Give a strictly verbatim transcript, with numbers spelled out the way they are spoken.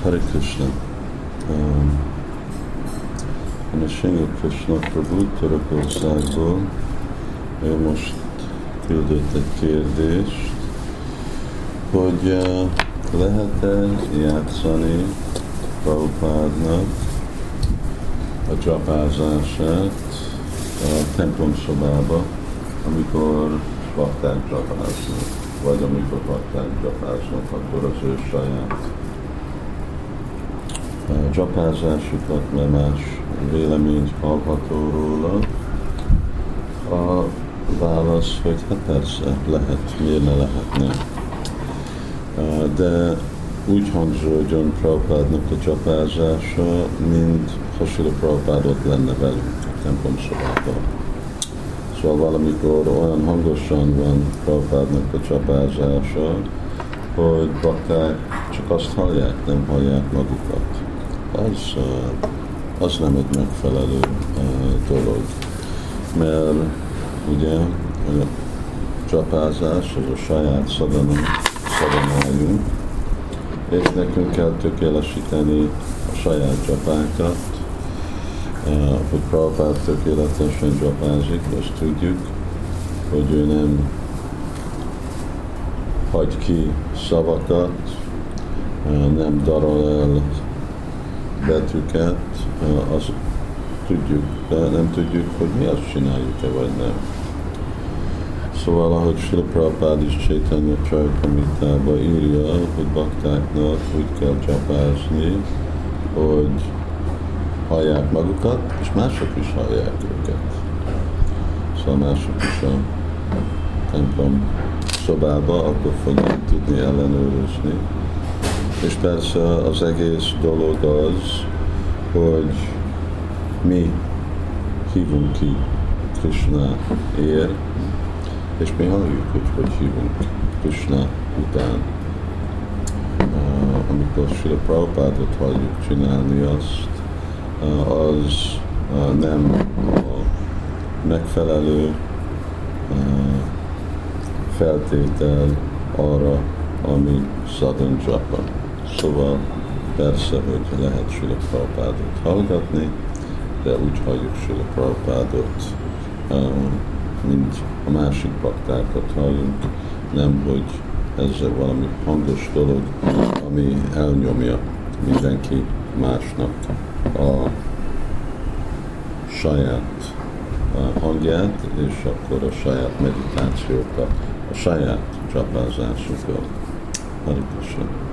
Hare Krishna. Um, én a Singha Krishna Prabhu Törökországból, ő most küldött egy kérdést, hogy uh, lehet-e játszani Prabhupádnak a dzsapázását a templom szobába, amikor bakták dzsapáznak, vagy amikor bakták dzsapáznak, akkor az ő saját dzsapázásukat, mert más véleményt hallható róla. A válasz, hogy hát persze, lehet, miért ne lehetne. De úgy hangzódjon Prabhupádnak a dzsapázása, mint ha Srila Prabhupád ott lenne velünk a templom szobában. Szóval valamikor olyan hangosan van Prabhupádnak a dzsapázása, hogy bakták csak azt hallják, nem hallják magukat. Az, az nem egy megfelelő dolog. Mert ugye a dzsapázás az a saját szadana, szadanájunk, és nekünk kell tökéletesíteni a saját dzsapákat, hogy Prabhupád tökéletesen dzsapázik, azt tudjuk, hogy ő nem hagy ki szavakat, nem darál el betűket, azt tudjuk, de nem tudjuk, hogy mi azt csináljuk-e, vagy nem. Szóval, ahogy Srila Prabhupád is Chaitanya Charitamrita-ba írja, hogy baktáknak úgy kell dzsapázni, hogy hallják magukat, és mások is hallják őket. Szóval mások is a templom szobába, akkor fogják tudni ellenőrizni. És persze az egész dolog az, hogy mi hívunk ki Krishna ér, és mi halljuk, hogy hogy hívunk Krishna után. Uh, amikor Srila Prabhupádot halljuk csinálni azt, uh, az uh, nem a megfelelő uh, feltétel arra, ami Sadhan Japa. Szóval persze, hogy lehet Srila Prabhupádot hallgatni, de úgy halljuk Srila Prabhupádot, mint a másik baktákat halljunk, nem, hogy ez valami hangos dolog, ami elnyomja mindenki másnak a saját hangját, és akkor a saját meditációkat, a saját csapázásukat. Hare Krishna.